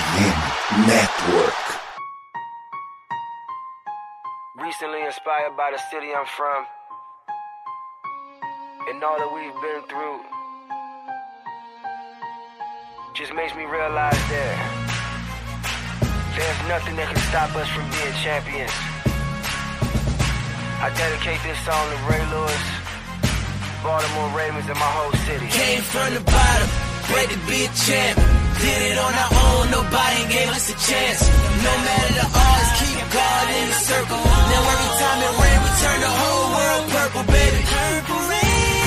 FM Network. Recently inspired by the city I'm from and all that we've been through just makes me realize that there's nothing that can stop us from being champions. I dedicate this song to Ray Lewis, Baltimore Ravens, and my whole city. Came from the bottom, ready to be a champ. Did it on our own, nobody gave us a chance. No matter the odds, keep God in the circle. Now every time it rain, we turn the whole world purple, baby. Purple rain.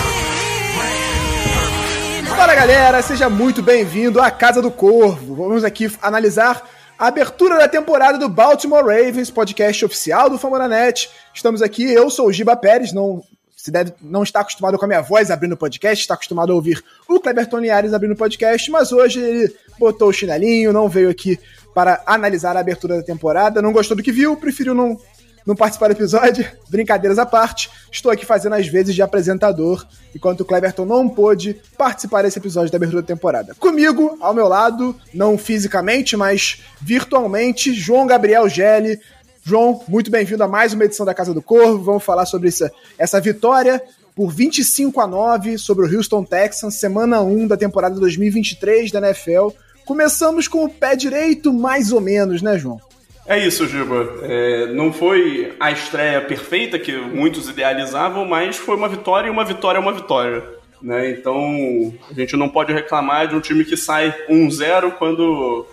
Fala galera, seja muito bem-vindo à Casa do Corvo. Vamos aqui analisar a abertura da temporada do Baltimore Ravens, podcast oficial do Fambonanet. Estamos aqui, eu sou o Giba Pérez, não está acostumado com a minha voz abrindo o podcast, está acostumado a ouvir o Cleberton Linhares abrindo o podcast, mas hoje ele botou o chinelinho, não veio aqui para analisar a abertura da temporada, não gostou do que viu, preferiu não participar do episódio. Brincadeiras à parte, estou aqui fazendo as vezes de apresentador, enquanto o Cleberton não pôde participar desse episódio da abertura da temporada. Comigo, ao meu lado, não fisicamente, mas virtualmente, João Gabriel Gelli. João, muito bem-vindo a mais uma edição da Casa do Corvo. Vamos falar sobre essa vitória por 25-9 sobre o Houston Texans, semana 1 da temporada 2023 da NFL. Começamos com o pé direito, mais ou menos, né, João? É isso, Giba. Não foi a estreia perfeita que muitos idealizavam, mas foi uma vitória e uma vitória é uma vitória, né? Então, a gente não pode reclamar de um time que sai 1-0 quando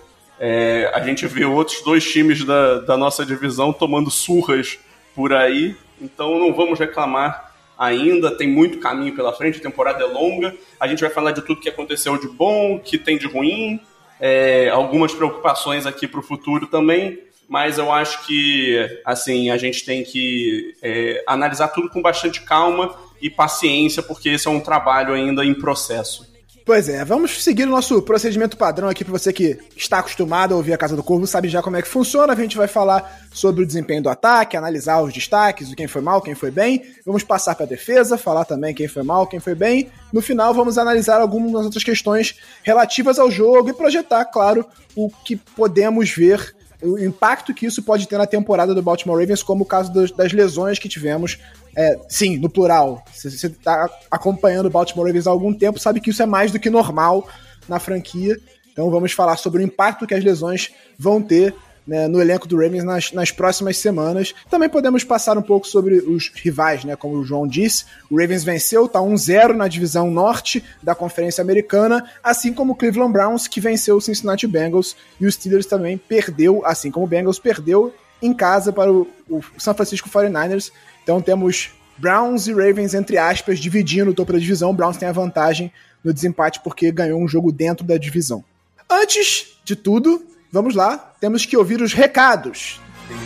a gente vê outros dois times da nossa divisão tomando surras por aí. Então, não vamos reclamar ainda, tem muito caminho pela frente, a temporada é longa. A gente vai falar de tudo que aconteceu de bom, que tem de ruim, algumas preocupações aqui para o futuro também. Mas eu acho que assim, a gente tem que analisar tudo com bastante calma e paciência, porque esse é um trabalho ainda em processo. Pois é, vamos seguir o nosso procedimento padrão aqui para você que está acostumado a ouvir a Casa do Corvo, sabe já como é que funciona. A gente vai falar sobre o desempenho do ataque, analisar os destaques, quem foi mal, quem foi bem. Vamos passar para a defesa, falar também quem foi mal, quem foi bem. No final, vamos analisar algumas outras questões relativas ao jogo e projetar, claro, o que podemos ver, o impacto que isso pode ter na temporada do Baltimore Ravens, como o caso das lesões que tivemos, sim, no plural. Se você está acompanhando o Baltimore Ravens há algum tempo, sabe que isso é mais do que normal na franquia. Então vamos falar sobre o impacto que as lesões vão ter, né, no elenco do Ravens nas próximas semanas. Também podemos passar um pouco sobre os rivais, né, como o João disse. O Ravens venceu, está 1-0 na divisão norte da Conferência Americana, assim como o Cleveland Browns, que venceu o Cincinnati Bengals, e o Steelers também perdeu, assim como o Bengals perdeu em casa para o San Francisco 49ers. Então temos Browns e Ravens, entre aspas, dividindo o topo da divisão. O Browns tem a vantagem no desempate porque ganhou um jogo dentro da divisão. Antes de tudo, vamos lá, temos que ouvir os recados.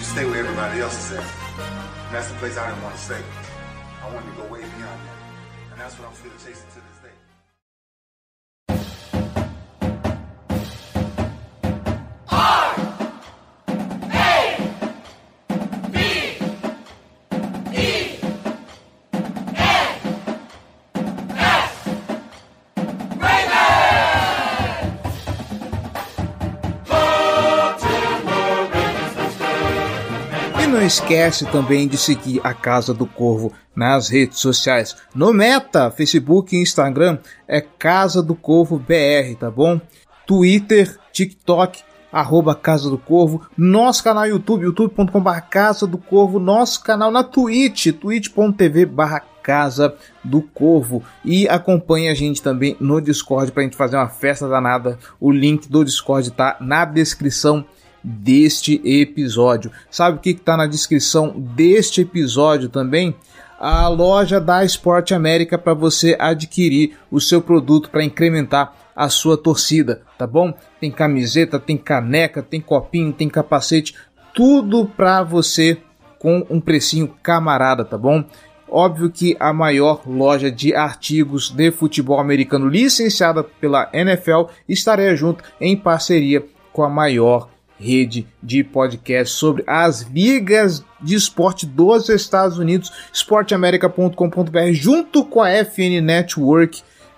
Não esquece também de seguir a Casa do Corvo nas redes sociais. No Meta, Facebook e Instagram é Casa do Corvo BR, tá bom? Twitter, TikTok, @Casa do Corvo. Nosso canal YouTube, youtube.com/Casa do Corvo. Nosso canal na Twitch, twitch.tv/Casa do Corvo. E acompanhe a gente também no Discord pra gente fazer uma festa danada. O link do Discord tá na descrição deste episódio. Sabe o que está na descrição deste episódio também? A loja da Esporte América para você adquirir o seu produto para incrementar a sua torcida, tá bom? Tem camiseta, tem caneca, tem copinho, tem capacete, tudo para você com um precinho camarada, tá bom? Óbvio que a maior loja de artigos de futebol americano licenciada pela NFL estaria junto em parceria com a maior rede de podcast sobre as ligas de esporte dos Estados Unidos, esporteamerica.com.br, junto com a FN Network.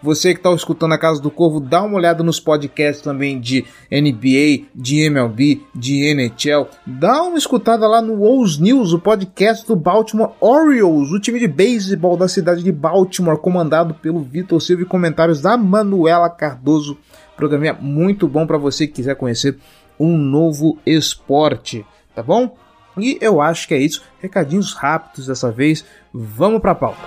Você que está escutando a Casa do Corvo, dá uma olhada nos podcasts também de NBA, de MLB, de NHL. Dá uma escutada lá no O's News, o podcast do Baltimore Orioles, o time de beisebol da cidade de Baltimore, comandado pelo Vitor Silva, e comentários da Manuela Cardoso. Programinha muito bom para você que quiser conhecer um novo esporte, tá bom? E eu acho que é isso. Recadinhos rápidos dessa vez. Vamos pra pauta.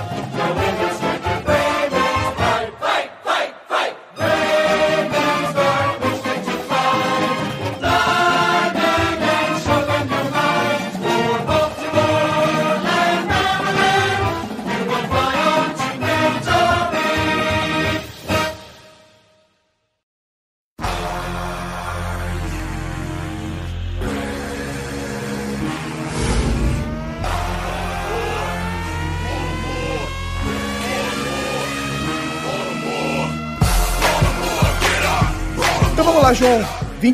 João,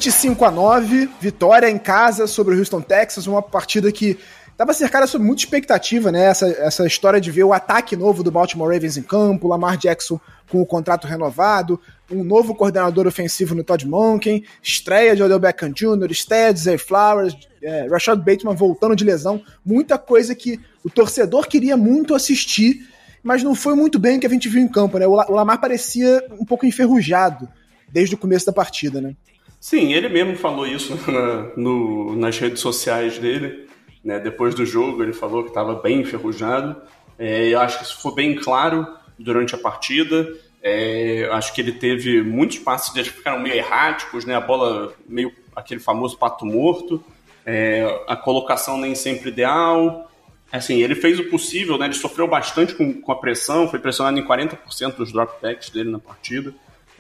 25-9, vitória em casa sobre o Houston Texans, uma partida que estava cercada sob muita expectativa, né? Essa história de ver o ataque novo do Baltimore Ravens em campo, Lamar Jackson com o contrato renovado, um novo coordenador ofensivo no Todd Monken, estreia de Odell Beckham Jr., estreia de Zay Flowers, Rashad Bateman voltando de lesão, muita coisa que o torcedor queria muito assistir, mas não foi muito bem o que a gente viu em campo, né? O Lamar parecia um pouco enferrujado desde o começo da partida, né? Sim, ele mesmo falou isso nas redes sociais dele, né? Depois do jogo ele falou que estava bem enferrujado. Eu acho que isso foi bem claro durante a partida. Acho que ele teve muitos passes que ficaram meio erráticos, né? A bola meio aquele famoso pato morto, a colocação nem sempre ideal. Assim, ele fez o possível, né? Ele sofreu bastante com a pressão, foi pressionado em 40% dos dropbacks dele na partida.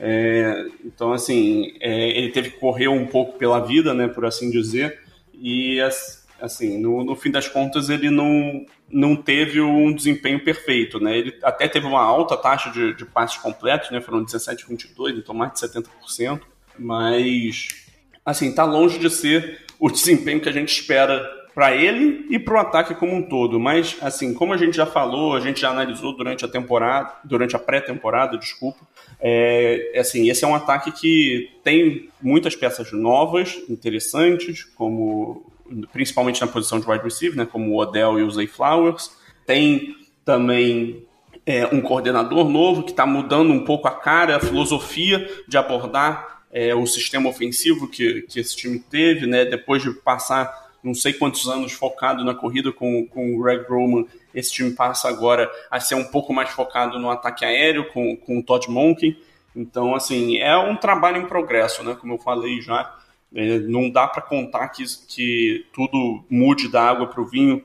Então, assim, ele teve que correr um pouco pela vida, né, por assim dizer, e, assim, no fim das contas, ele não teve um desempenho perfeito, né, ele até teve uma alta taxa de passes completos, né, foram 17,22, então mais de 70%, mas, assim, tá longe de ser o desempenho que a gente espera para ele e para o ataque como um todo, mas, assim, como a gente já falou, a gente já analisou durante a pré-temporada, assim, esse é um ataque que tem muitas peças novas, interessantes, como principalmente na posição de wide receiver, né, como o Odell e o Zay Flowers. Tem também um coordenador novo que está mudando um pouco a cara, a filosofia de abordar o sistema ofensivo que esse time teve, né, depois de passar não sei quantos anos focado na corrida com o Greg Roman. Esse time passa agora a ser um pouco mais focado no ataque aéreo com o Todd Monken. Então, assim, é um trabalho em progresso, né? Como eu falei já, não dá para contar que tudo mude da água para o vinho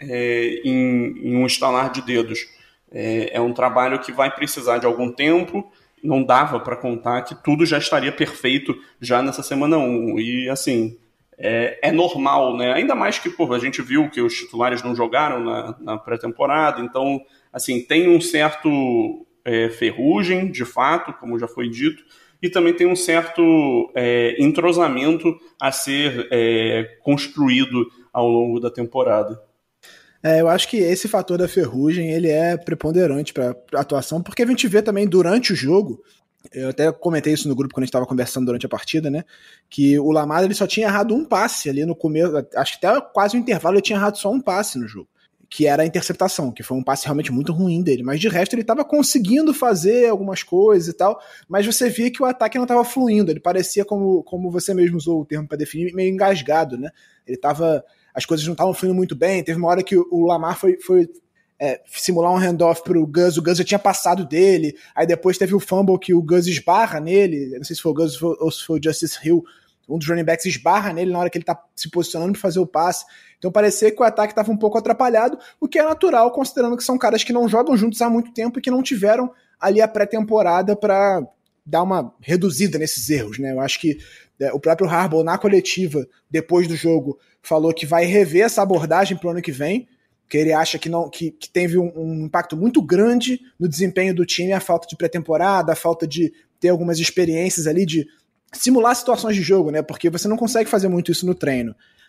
em um estalar de dedos. É um trabalho que vai precisar de algum tempo. Não dava para contar que tudo já estaria perfeito já nessa semana 1. E, assim, é normal, né? Ainda mais que, a gente viu que os titulares não jogaram na pré-temporada. Então, assim, tem um certo ferrugem, de fato, como já foi dito, e também tem um certo entrosamento a ser construído ao longo da temporada. Eu acho que esse fator da ferrugem ele é preponderante para a atuação, porque a gente vê também durante o jogo, eu até comentei isso no grupo quando a gente estava conversando durante a partida, né, que o Lamar ele só tinha errado um passe ali no começo, acho que até quase o intervalo ele tinha errado só um passe no jogo, que era a interceptação, que foi um passe realmente muito ruim dele, mas de resto ele estava conseguindo fazer algumas coisas e tal, mas você via que o ataque não estava fluindo, ele parecia, como você mesmo usou o termo para definir, meio engasgado, né, as coisas não estavam fluindo muito bem, teve uma hora que o Lamar foi simular um handoff pro Gus, o Gus já tinha passado dele, aí depois teve o fumble que o Gus esbarra nele, não sei se foi o Gus ou se foi o Justice Hill, um dos running backs esbarra nele na hora que ele tá se posicionando para fazer o passe, então parecia que o ataque estava um pouco atrapalhado, o que é natural considerando que são caras que não jogam juntos há muito tempo e que não tiveram ali a pré-temporada para dar uma reduzida nesses erros, né? Eu acho que o próprio Harbaugh na coletiva, depois do jogo, falou que vai rever essa abordagem pro ano que vem, que ele acha que teve um impacto muito grande no desempenho do time, a falta de pré-temporada, a falta de ter algumas experiências ali, de simular situações de jogo, né? Porque você não consegue fazer muito isso no treino.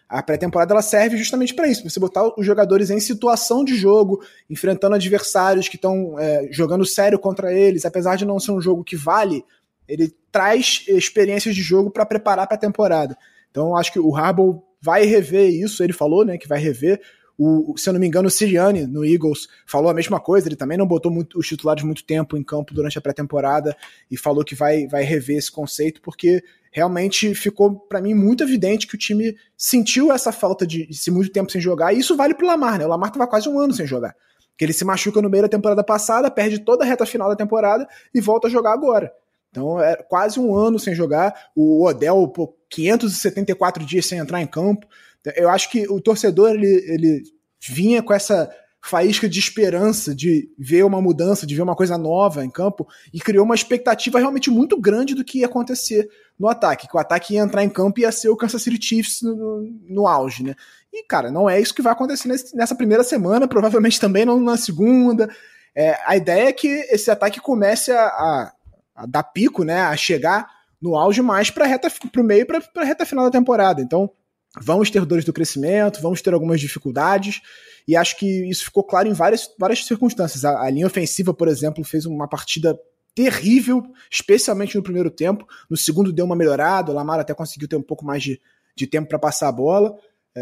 A pré-temporada ela serve justamente para isso, para você botar os jogadores em situação de jogo, enfrentando adversários que estão jogando sério contra eles, apesar de não ser um jogo que vale, ele traz experiências de jogo para preparar para a temporada. Então acho que o Harbaugh vai rever isso, ele falou, né, que vai rever. Se eu não me engano, o Sirianni, no Eagles, falou a mesma coisa, ele também não botou os titulares muito tempo em campo durante a pré-temporada e falou que vai rever esse conceito, porque realmente ficou, para mim, muito evidente que o time sentiu essa falta de muito tempo sem jogar, e isso vale pro Lamar, né? O Lamar tava quase um ano sem jogar, porque ele se machuca no meio da temporada passada, perde toda a reta final da temporada e volta a jogar agora. Então é quase um ano sem jogar, o Odell, 574 dias sem entrar em campo. Eu acho que o torcedor ele vinha com essa faísca de esperança de ver uma mudança, de ver uma coisa nova em campo, e criou uma expectativa realmente muito grande do que ia acontecer no ataque, que o ataque ia entrar em campo e ia ser o Kansas City Chiefs no auge, né? E, cara, não é isso que vai acontecer nessa primeira semana, provavelmente também não na segunda. A ideia é que esse ataque comece a dar pico, né? A chegar no auge mais para o meio, para a reta final da temporada. Então, vamos ter dores do crescimento, vamos ter algumas dificuldades, e acho que isso ficou claro em várias circunstâncias. A linha ofensiva, por exemplo, fez uma partida terrível, especialmente no primeiro tempo. No segundo deu uma melhorada, o Lamar até conseguiu ter um pouco mais de tempo para passar a bola.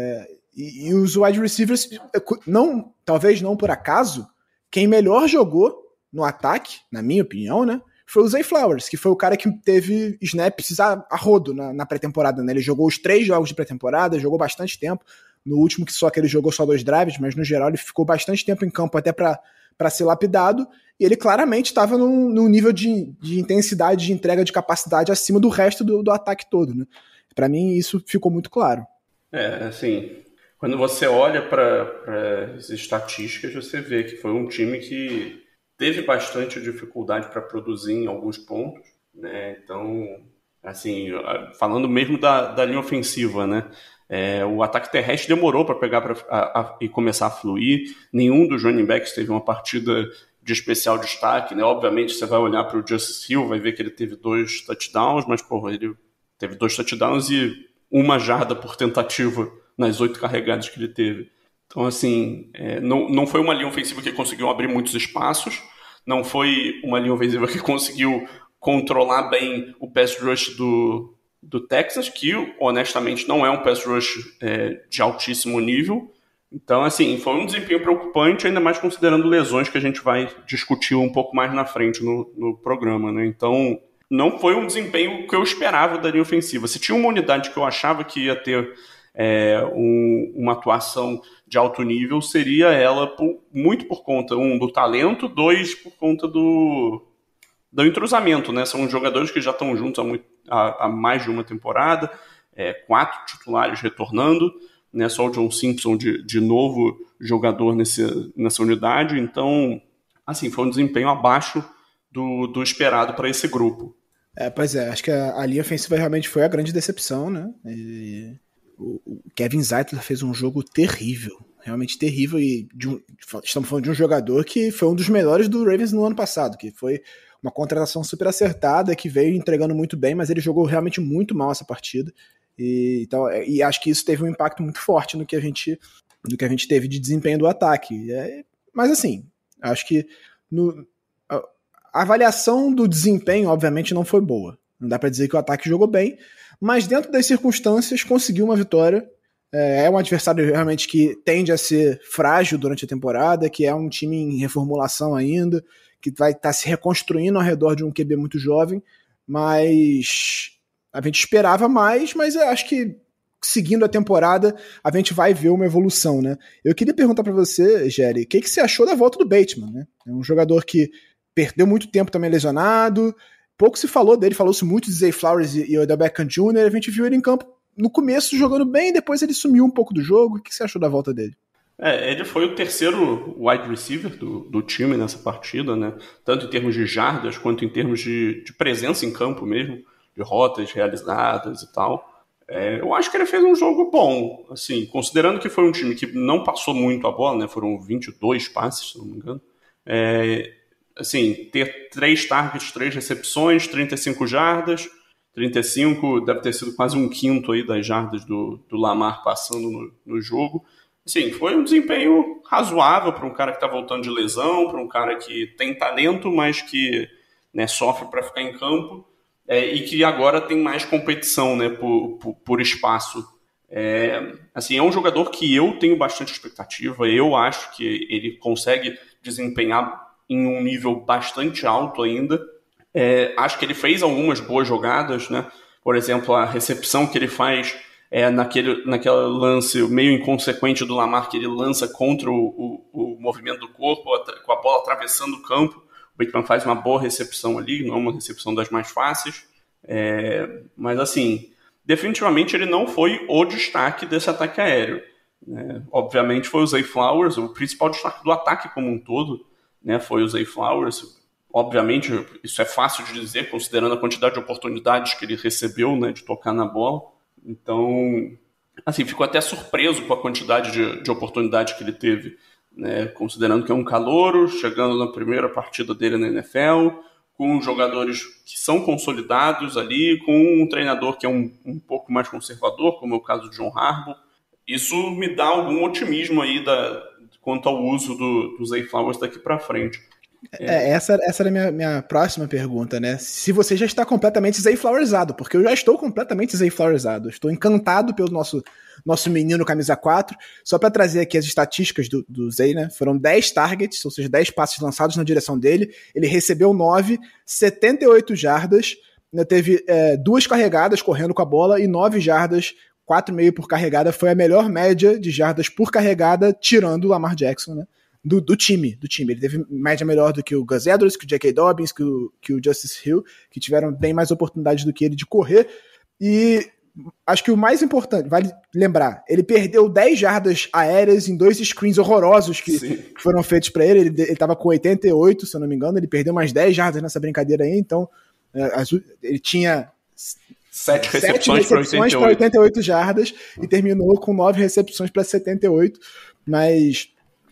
E os wide receivers, talvez não por acaso, quem melhor jogou no ataque, na minha opinião, né, foi o Zay Flowers, que foi o cara que teve snaps a rodo na pré-temporada, né? Ele jogou os 3 jogos de pré-temporada, jogou bastante tempo. No último que ele jogou só 2 drives, mas no geral ele ficou bastante tempo em campo até para ser lapidado, e ele claramente estava num nível de intensidade, de entrega, de capacidade acima do resto do ataque todo, né? Para mim isso ficou muito claro. Assim, quando você olha para as estatísticas, você vê que foi um time que teve bastante dificuldade para produzir em alguns pontos, né? Então, assim, falando mesmo da linha ofensiva, né? O ataque terrestre demorou para pegar e começar a fluir. Nenhum dos running backs teve uma partida de especial destaque, né? Obviamente, você vai olhar para o Justice Hill, vai ver que ele teve 2 touchdowns, mas, ele teve 2 touchdowns e 1 jarda por tentativa nas 8 carregadas que ele teve. Então, assim, não foi uma linha ofensiva que conseguiu abrir muitos espaços, não foi uma linha ofensiva que conseguiu controlar bem o pass rush do Texas, que, honestamente, não é um pass rush de altíssimo nível. Então, assim, foi um desempenho preocupante, ainda mais considerando lesões que a gente vai discutir um pouco mais na frente no programa, né? Então, não foi um desempenho que eu esperava da linha ofensiva. Se tinha uma unidade que eu achava que ia ter uma atuação de alto nível, seria ela muito por conta, do talento, 2, por conta do entrosamento, né? São jogadores que já estão juntos há mais de uma temporada, 4 titulares retornando, né? Só o John Simpson de novo jogador nessa unidade. Então, assim, foi um desempenho abaixo do esperado para esse grupo. Pois é, acho que a linha ofensiva realmente foi a grande decepção, né? O Kevin Zeitler fez um jogo terrível, realmente terrível, e estamos falando de um jogador que foi um dos melhores do Ravens no ano passado, que foi uma contratação super acertada, que veio entregando muito bem, mas ele jogou realmente muito mal essa partida, e acho que isso teve um impacto muito forte no que a gente teve de desempenho do ataque. Mas assim, acho que a avaliação do desempenho obviamente não foi boa, não dá para dizer que o ataque jogou bem, mas dentro das circunstâncias conseguiu uma vitória. É um adversário realmente que tende a ser frágil durante a temporada, que é um time em reformulação ainda, que vai estar se reconstruindo ao redor de um QB muito jovem, mas a gente esperava mais, mas eu acho que seguindo a temporada a gente vai ver uma evolução, né? Eu queria perguntar para você, Jerry, o que você achou da volta do Bateman, né? É um jogador que perdeu muito tempo também lesionado, pouco se falou dele, falou-se muito de Zay Flowers e Odell Beckham Jr., a gente viu ele em campo no começo jogando bem, depois ele sumiu um pouco do jogo. O que você achou da volta dele? Ele foi o terceiro wide receiver do time nessa partida, né? Tanto em termos de jardas, quanto em termos de presença em campo mesmo, de rotas realizadas e tal. Eu acho que ele fez um jogo bom, assim, considerando que foi um time que não passou muito a bola, né? Foram 22 passes, se não me engano. Assim, ter 3 targets, 3 recepções, 35 jardas, 35, deve ter sido quase 1/5 aí das jardas do Lamar passando no jogo. Sim, foi um desempenho razoável para um cara que está voltando de lesão, para um cara que tem talento, mas que, né, sofre para ficar em campo, e que agora tem mais competição, né, por espaço. Assim, é um jogador que eu tenho bastante expectativa. Eu acho que ele consegue desempenhar em um nível bastante alto ainda. Acho que ele fez algumas boas jogadas, né? Por exemplo, a recepção que ele faz naquele lance meio inconsequente do Lamar, que ele lança contra o movimento do corpo, com a bola atravessando o campo. O Bateman faz uma boa recepção ali, não uma recepção das mais fáceis. Mas, assim, definitivamente ele não foi o destaque desse ataque aéreo, né? Obviamente foi o Zay Flowers, o principal destaque do ataque como um todo, né? Foi o Zay Flowers. Obviamente, isso é fácil de dizer, considerando a quantidade de oportunidades que ele recebeu, né, de tocar na bola. Então, assim, fico até surpreso com a quantidade de oportunidades que ele teve, né, considerando que é um calouro, chegando na primeira partida dele na NFL, com jogadores que são consolidados ali, com um treinador que é um pouco mais conservador, como é o caso de John Harbaugh. Isso me dá algum otimismo aí quanto ao uso do Zay Flowers daqui para frente. Essa era a minha próxima pergunta, né? Se você já está completamente Zay Flowersado, porque eu já estou completamente Zay Flowersado. Estou encantado pelo nosso menino camisa 4. Só para trazer aqui as estatísticas do Zay, né? Foram 10 targets, ou seja, 10 passes lançados na direção dele. Ele recebeu 9, 78 jardas, né? Teve 2 carregadas correndo com a bola e 9 jardas, 4,5 por carregada. Foi a melhor média de jardas por carregada, tirando o Lamar Jackson, né? Do time. Ele teve média melhor do que o Gus Edwards, que o J.K. Dobbins, que o Justice Hill, que tiveram bem mais oportunidades do que ele de correr. E acho que o mais importante, vale lembrar, ele perdeu 10 jardas aéreas em 2 screens horrorosos que foram feitos para ele. Ele estava com 88, se eu não me engano, ele perdeu mais 10 jardas nessa brincadeira aí, então ele tinha 7 recepções para 88 jardas e terminou com 9 recepções para 78, mas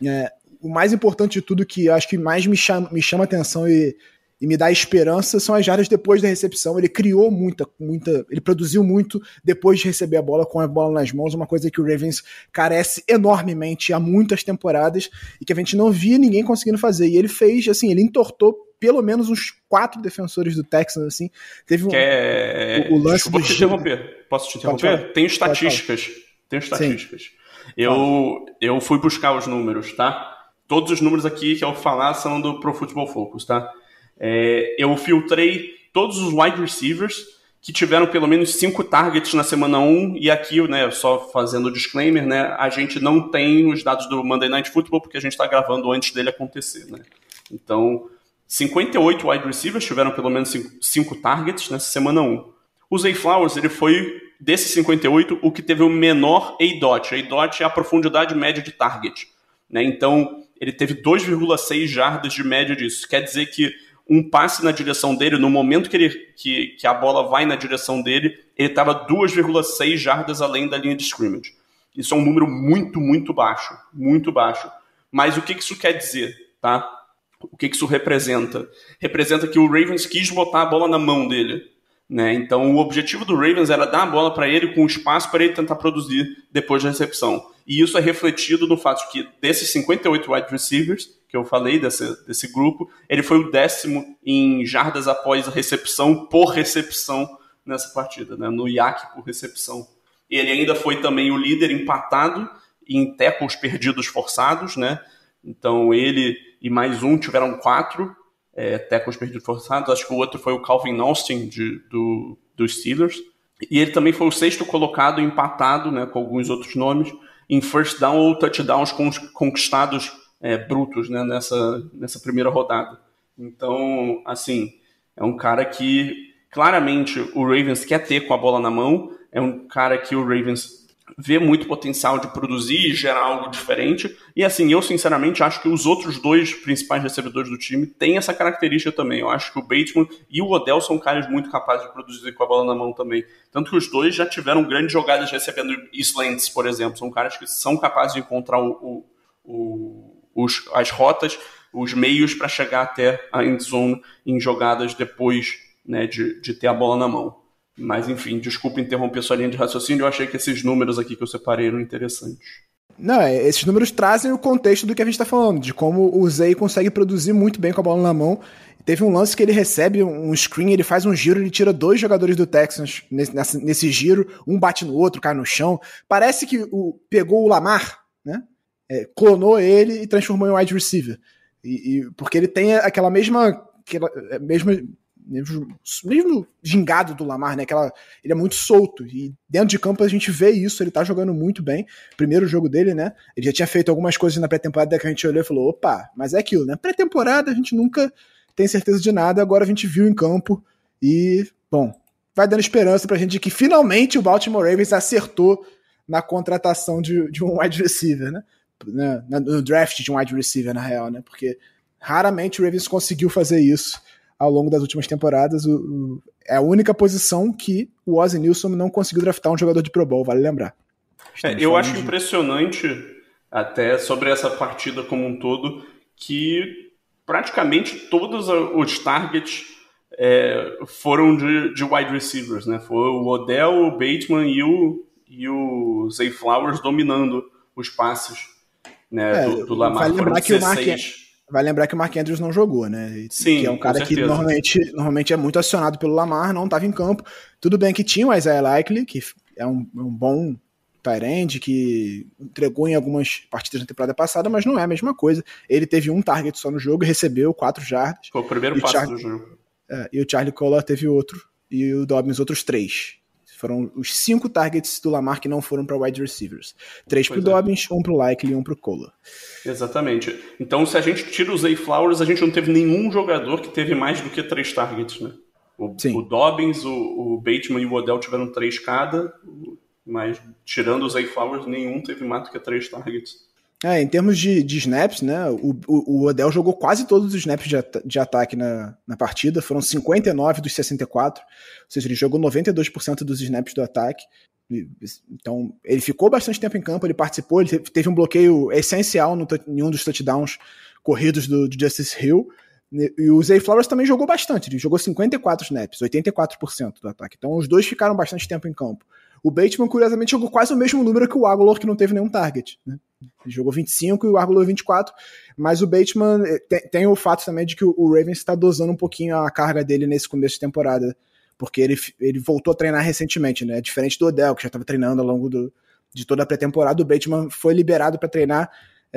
o mais importante de tudo, que eu acho que mais me chama atenção e me dá esperança, são as jardas depois da recepção. Ele criou ele produziu muito depois de receber a bola, com a bola nas mãos, uma coisa que o Ravens carece enormemente há muitas temporadas e que a gente não via ninguém conseguindo fazer. E ele fez, assim, ele entortou pelo menos uns 4 defensores do Texans, assim. Teve o lance do... Posso te interromper? Tem estatísticas. Eu fui buscar os números, tá? Todos os números aqui que eu vou falar são do Pro Football Focus, tá? Eu filtrei todos os wide receivers que tiveram pelo menos 5 targets na semana 1, e aqui, né, só fazendo o disclaimer, né, a gente não tem os dados do Monday Night Football porque a gente está gravando antes dele acontecer, né? Então, 58 wide receivers tiveram pelo menos 5 targets nessa semana 1. O Zay Flowers, ele foi, desses 58, o que teve o menor ADOT. ADOT é a profundidade média de target, né? Então, ele teve 2,6 jardas de média disso. Quer dizer que um passe na direção dele, no momento que a bola vai na direção dele, ele estava 2,6 jardas além da linha de scrimmage. Isso é um número muito, muito baixo. Muito baixo. Mas o que isso quer dizer, tá? O que isso representa? Representa que o Ravens quis botar a bola na mão dele, né? Então, o objetivo do Ravens era dar a bola para ele com espaço para ele tentar produzir depois da recepção. E isso é refletido no fato que desses 58 wide receivers, que eu falei desse grupo, ele foi o 10º em jardas após a recepção por recepção nessa partida, né? No YAC por recepção. E ele ainda foi também o líder empatado em tackles perdidos forçados, né? Então ele e mais um tiveram 4 tackles perdidos forçados. Acho que o outro foi o Calvin Austin dos Steelers. E ele também foi o 6º colocado empatado, né, com alguns outros nomes, em first down ou touchdowns conquistados brutos, né, nessa primeira rodada. Então, assim, é um cara que claramente o Ravens quer ter com a bola na mão, é um cara que o Ravens vê muito potencial de produzir e gerar algo diferente. E assim, eu sinceramente acho que os outros 2 principais recebedores do time têm essa característica também. Eu acho que o Bateman e o Odell são caras muito capazes de produzir com a bola na mão também. Tanto que os 2 já tiveram grandes jogadas recebendo slants, por exemplo. São caras que são capazes de encontrar as rotas, os meios para chegar até a end zone em jogadas depois, né, de ter a bola na mão. Mas enfim, desculpa interromper sua linha de raciocínio, eu achei que esses números aqui que eu separei eram interessantes. Não, esses números trazem o contexto do que a gente está falando, de como o Zay consegue produzir muito bem com a bola na mão. Teve um lance que ele recebe um screen, ele faz um giro, ele tira 2 jogadores do Texans nesse giro, um bate no outro, cai no chão. Parece que pegou o Lamar, né? Clonou ele e transformou em wide receiver. Porque ele tem aquela mesmo gingado do Lamar, né? Ele é muito solto. E dentro de campo a gente vê isso, ele tá jogando muito bem. Primeiro jogo dele, né? Ele já tinha feito algumas coisas na pré-temporada que a gente olhou e falou, opa, mas é aquilo, né? Pré-temporada a gente nunca tem certeza de nada, agora a gente viu em campo e, bom, vai dando esperança pra gente de que finalmente o Baltimore Ravens acertou na contratação de um wide receiver, né? No draft de um wide receiver, na real, né? Porque raramente o Ravens conseguiu fazer isso ao longo das últimas temporadas. É a única posição que o Ozzie Nilsson não conseguiu draftar um jogador de Pro Bowl, vale lembrar. Eu acho impressionante, até sobre essa partida como um todo, que praticamente todos os targets foram de wide receivers, né? Foi o Odell, o Bateman e o Zay Flowers dominando os passes, né, do Lamar. Vai lembrar que o Mark Andrews não jogou, né? Sim, que é um cara que normalmente é muito acionado pelo Lamar, não estava em campo. Tudo bem que tinha o Isaiah Likely, que é um bom tight end, que entregou em algumas partidas na temporada passada, mas não é a mesma coisa. Ele teve um target só no jogo e recebeu 4 jardas. Foi o primeiro passe do jogo. E o Charlie Kolar teve outro, e o Dobbins outros 3. Foram os 5 targets do Lamar que não foram para wide receivers. 3 pro Dobbins, 1 pro Likely e 1 pro Kolar. Exatamente. Então, se a gente tira o Zay Flowers, a gente não teve nenhum jogador que teve mais do que 3 targets, né? O Dobbins, o Bateman e o Odell tiveram 3 cada, mas tirando o Zay Flowers, nenhum teve mais do que 3 targets. Em termos de snaps, né, o Odell jogou quase todos os snaps de ataque na partida, foram 59 dos 64, ou seja, ele jogou 92% dos snaps do ataque. Então, ele ficou bastante tempo em campo, ele participou, ele teve um bloqueio essencial em um dos touchdowns corridos do Justice Hill, e o Zay Flowers também jogou bastante, ele jogou 54 snaps, 84% do ataque. Então, os dois ficaram bastante tempo em campo. O Bateman, curiosamente, jogou quase o mesmo número que o Agholor, que não teve nenhum target, né? Ele jogou 25 e o Agholor 24, mas o Bateman tem o fato também de que o Ravens está dosando um pouquinho a carga dele nesse começo de temporada, porque ele voltou a treinar recentemente, né? Diferente do Odell, que já estava treinando ao longo de toda a pré-temporada, o Bateman foi liberado para treinar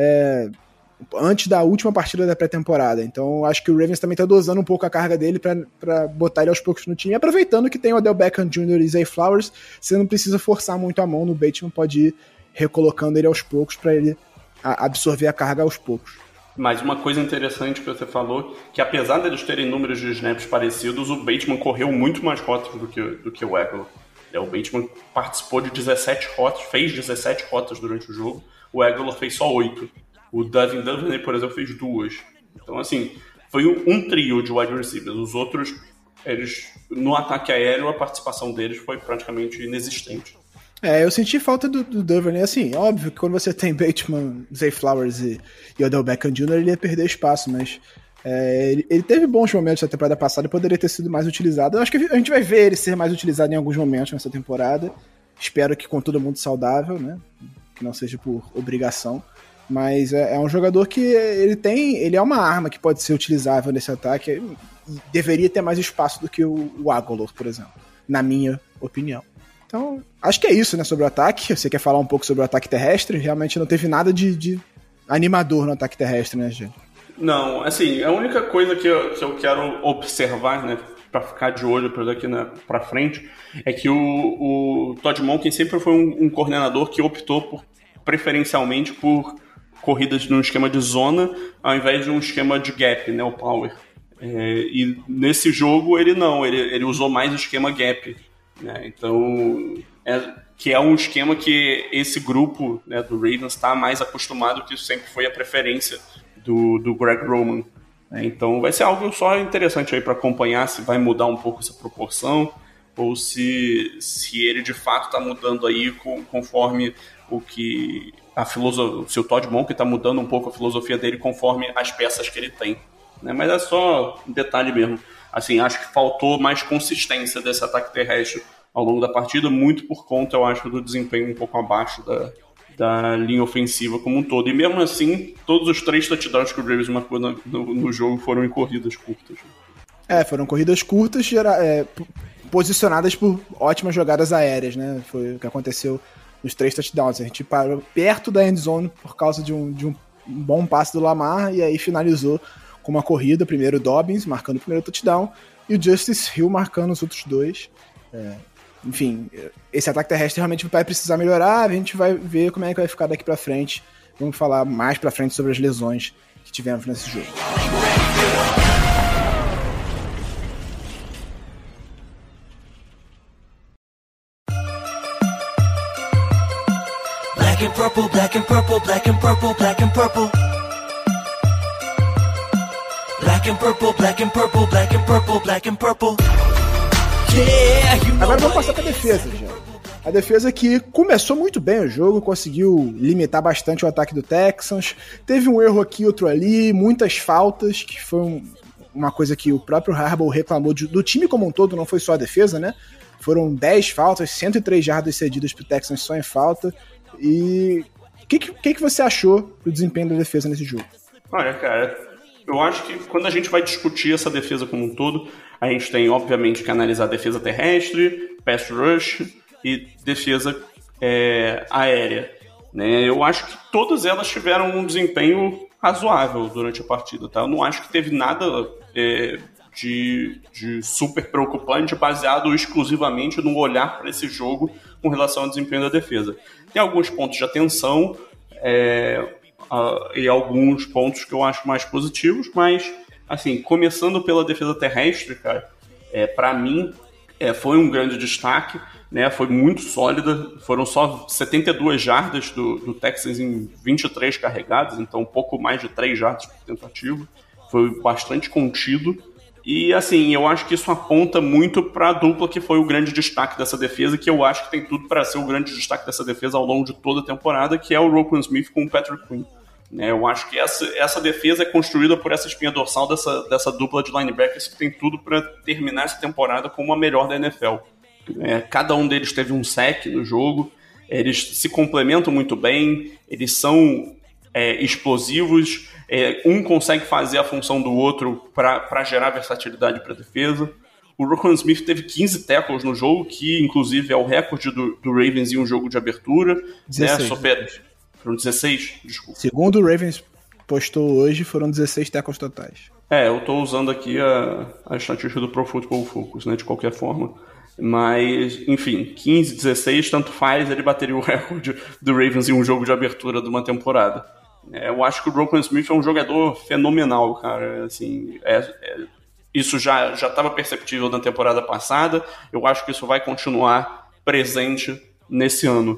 antes da última partida da pré-temporada. Então acho que o Ravens também está dosando um pouco a carga dele para botar ele aos poucos no time, aproveitando que tem o Odell Beckham Jr. e Zay Flowers, você não precisa forçar muito a mão no Bateman, pode ir recolocando ele aos poucos para ele absorver a carga aos poucos. Mas uma coisa interessante que você falou, que apesar deles terem números de snaps parecidos, o Bateman correu muito mais rotas do que o Agholor. O Bateman participou de 17 rotas, fez 17 rotas durante o jogo, o Agholor fez só 8. O Devin Duvernay, por exemplo, fez 2. Então, assim, foi um trio de wide receivers. Os outros, no ataque aéreo, a participação deles foi praticamente inexistente. Eu senti falta do Duvernay. Assim, óbvio que quando você tem Bateman, Zay Flowers e Odell Beckham Jr., ele ia perder espaço, mas ele teve bons momentos na temporada passada e poderia ter sido mais utilizado. Eu acho que a gente vai ver ele ser mais utilizado em alguns momentos nessa temporada. Espero que com todo mundo saudável, né? Que não seja por obrigação. Mas é um jogador que ele é uma arma que pode ser utilizável nesse ataque e deveria ter mais espaço do que o Agholor, por exemplo, na minha opinião. Então, acho que é isso, né, sobre o ataque. Você quer falar um pouco sobre o ataque terrestre? Realmente não teve nada de animador no ataque terrestre, né, gente? Não, assim, a única coisa que eu quero observar, né, para ficar de olho para daqui para frente, é que o Todd Monken sempre foi um coordenador que optou preferencialmente por corridas num esquema de zona ao invés de um esquema de gap, né, o power. E nesse jogo ele usou mais o esquema gap, né? Então que é um esquema que esse grupo, né, do Ravens está mais acostumado, que sempre foi a preferência do Greg Roman. Então vai ser algo só interessante aí para acompanhar se vai mudar um pouco essa proporção ou se ele de fato está mudando aí conforme o que a filosofia, se o Todd Monken está mudando um pouco a filosofia dele conforme as peças que ele tem, né? Mas é só um detalhe mesmo. assim, acho que faltou mais consistência desse ataque terrestre ao longo da partida, muito por conta, eu acho, do desempenho um pouco abaixo da linha ofensiva como um todo. E mesmo assim, todos os 3 touchdowns que o Ravens marcou no jogo foram em corridas curtas. Foram corridas curtas, posicionadas por ótimas jogadas aéreas, né? Foi o que aconteceu nos 3 touchdowns. A gente parou perto da end zone por causa de um bom passe do Lamar, e aí finalizou com uma corrida, primeiro o Dobbins marcando o primeiro touchdown, e o Justice Hill marcando os outros 2. Enfim, esse ataque terrestre realmente vai precisar melhorar, a gente vai ver como é que vai ficar daqui pra frente. Vamos falar mais pra frente sobre as lesões que tivemos nesse jogo. Black and purple, black and purple, black and purple, black and purple. Black and purple, black and purple, black and purple, black and purple. Yeah, you know. Agora vamos passar pra defesa, já. A defesa que começou muito bem o jogo, conseguiu limitar bastante o ataque do Texans. Teve um erro aqui, outro ali, muitas faltas, que foi uma coisa que o próprio Harbaugh reclamou do time como um todo, não foi só a defesa, né? Foram 10 faltas, 103 jardas cedidas pro Texans só em falta. E o que você achou do desempenho da defesa nesse jogo? Olha, cara, eu acho que quando a gente vai discutir essa defesa como um todo, a gente tem, obviamente, que analisar a defesa terrestre, pass rush e defesa aérea, né? Eu acho que todas elas tiveram um desempenho razoável durante a partida, tá? Eu não acho que teve nada de super preocupante baseado exclusivamente no olhar para esse jogo com relação ao desempenho da defesa. Tem alguns pontos de atenção e alguns pontos que eu acho mais positivos, mas, assim, começando pela defesa terrestre, cara, para mim foi um grande destaque, né? Foi muito sólida, foram só 72 jardas do Texans em 23 carregados, então um pouco mais de 3 jardas por tentativa, foi bastante contido. E, assim, eu acho que isso aponta muito para a dupla que foi o grande destaque dessa defesa, que eu acho que tem tudo para ser o grande destaque dessa defesa ao longo de toda a temporada, que é o Roquan Smith com o Patrick Queen. Eu acho que essa defesa é construída por essa espinha dorsal dessa dupla de linebackers que tem tudo para terminar essa temporada como a melhor da NFL. Cada um deles teve um sack no jogo, eles se complementam muito bem, eles são explosivos, um consegue fazer a função do outro para gerar versatilidade para a defesa. O Roquan Smith teve 15 tackles no jogo, que inclusive é o recorde do Ravens em um jogo de abertura. 16. Foram 16, desculpa. Segundo o Ravens postou hoje, foram 16 tackles totais. Eu estou usando aqui a estatística do Pro Football Focus, né, de qualquer forma. Mas, enfim, 15, 16, tanto faz, ele bateria o recorde do Ravens em um jogo de abertura de uma temporada. Eu acho que o Roquan Smith é um jogador fenomenal, cara. Assim, isso já estava perceptível na temporada passada. Eu acho que isso vai continuar presente nesse ano.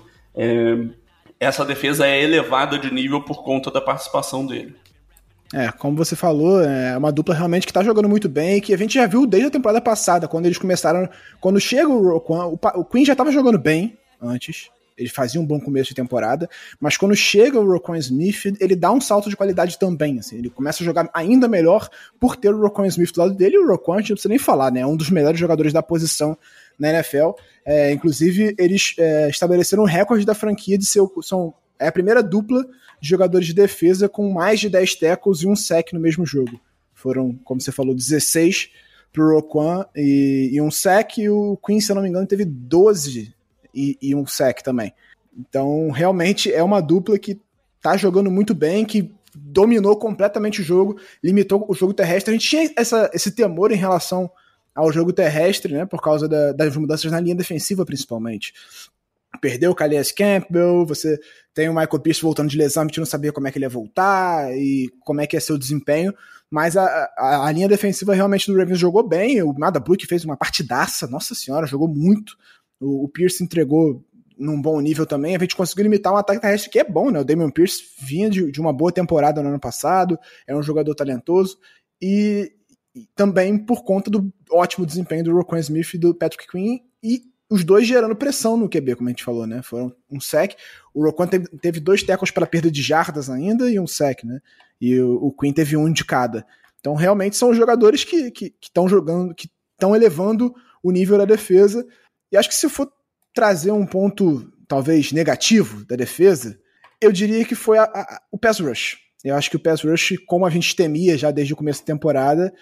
Essa defesa é elevada de nível por conta da participação dele. Como você falou, é uma dupla realmente que tá jogando muito bem, que a gente já viu desde a temporada passada, quando eles começaram. Quando chega o Roquan, o Queen já tava jogando bem antes. Ele fazia um bom começo de temporada, mas quando chega o Roquan Smith, ele dá um salto de qualidade também, assim, ele começa a jogar ainda melhor por ter o Roquan Smith do lado dele, e o Roquan, a gente não precisa nem falar, né, é um dos melhores jogadores da posição na NFL, inclusive eles estabeleceram um recorde da franquia de ser a primeira dupla de jogadores de defesa com mais de 10 tackles e um sack no mesmo jogo. Foram, como você falou, 16 pro Roquan e um sack, e o Queen, se eu não me engano, teve 12 e um sack também. Então, realmente é uma dupla que tá jogando muito bem, que dominou completamente o jogo, limitou o jogo terrestre. A gente tinha esse temor em relação ao jogo terrestre, né, por causa das mudanças na linha defensiva, principalmente. Perdeu o Calais Campbell, você tem o Michael Pierce voltando de lesão, a gente não sabia como é que ele ia voltar e como é que ia ser o desempenho, mas a linha defensiva realmente do Ravens jogou bem, o Madabuke fez uma partidaça, nossa senhora, jogou muito. O Pierce entregou num bom nível também, a gente conseguiu limitar um ataque terrestre que é bom, né? O Damian Pierce vinha de uma boa temporada no ano passado, é um jogador talentoso, e também por conta do ótimo desempenho do Roquan Smith e do Patrick Queen, e os dois gerando pressão no QB, como a gente falou, né? Foram um sack, o Roquan teve 2 tackles para perda de jardas ainda e um sack, né? E o Queen teve um de cada. Então, realmente, são jogadores que estão jogando, que estão elevando o nível da defesa. E acho que se for trazer um ponto, talvez, negativo da defesa, eu diria que foi o pass rush. Eu acho que o pass rush, como a gente temia já desde o começo da temporada,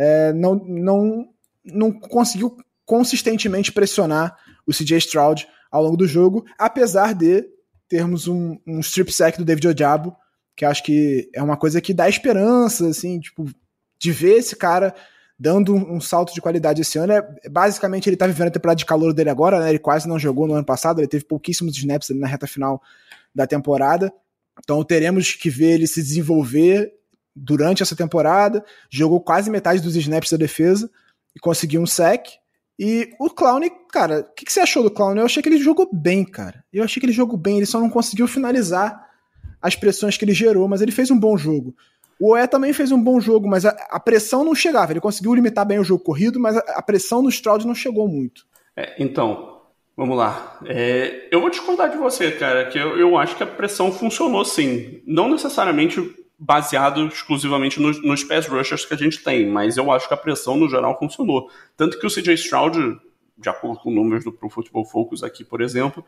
não conseguiu consistentemente pressionar o CJ Stroud ao longo do jogo, apesar de termos um strip sack do David Ojabo, que acho que é uma coisa que dá esperança, assim, tipo, de ver esse cara dando um salto de qualidade esse ano. Basicamente, ele tá vivendo a temporada de calor dele agora, né? Ele quase não jogou no ano passado, ele teve pouquíssimos snaps ali na reta final da temporada. Então teremos que ver ele se desenvolver durante essa temporada. Jogou quase metade dos snaps da defesa e conseguiu um sack. E o Clowney, cara, o que você achou do Clowney? Eu achei que ele jogou bem, cara. Ele só não conseguiu finalizar as pressões que ele gerou, mas ele fez um bom jogo. O Oé também fez um bom jogo, mas a pressão não chegava. Ele conseguiu limitar bem o jogo corrido, mas a pressão no Stroud não chegou muito. Então, vamos lá. Eu vou discordar de você, cara, que eu acho que a pressão funcionou sim. Não necessariamente baseado exclusivamente nos pass rushers que a gente tem, mas eu acho que a pressão no geral funcionou. Tanto que o CJ Stroud, de acordo com números do Pro Football Focus aqui, por exemplo,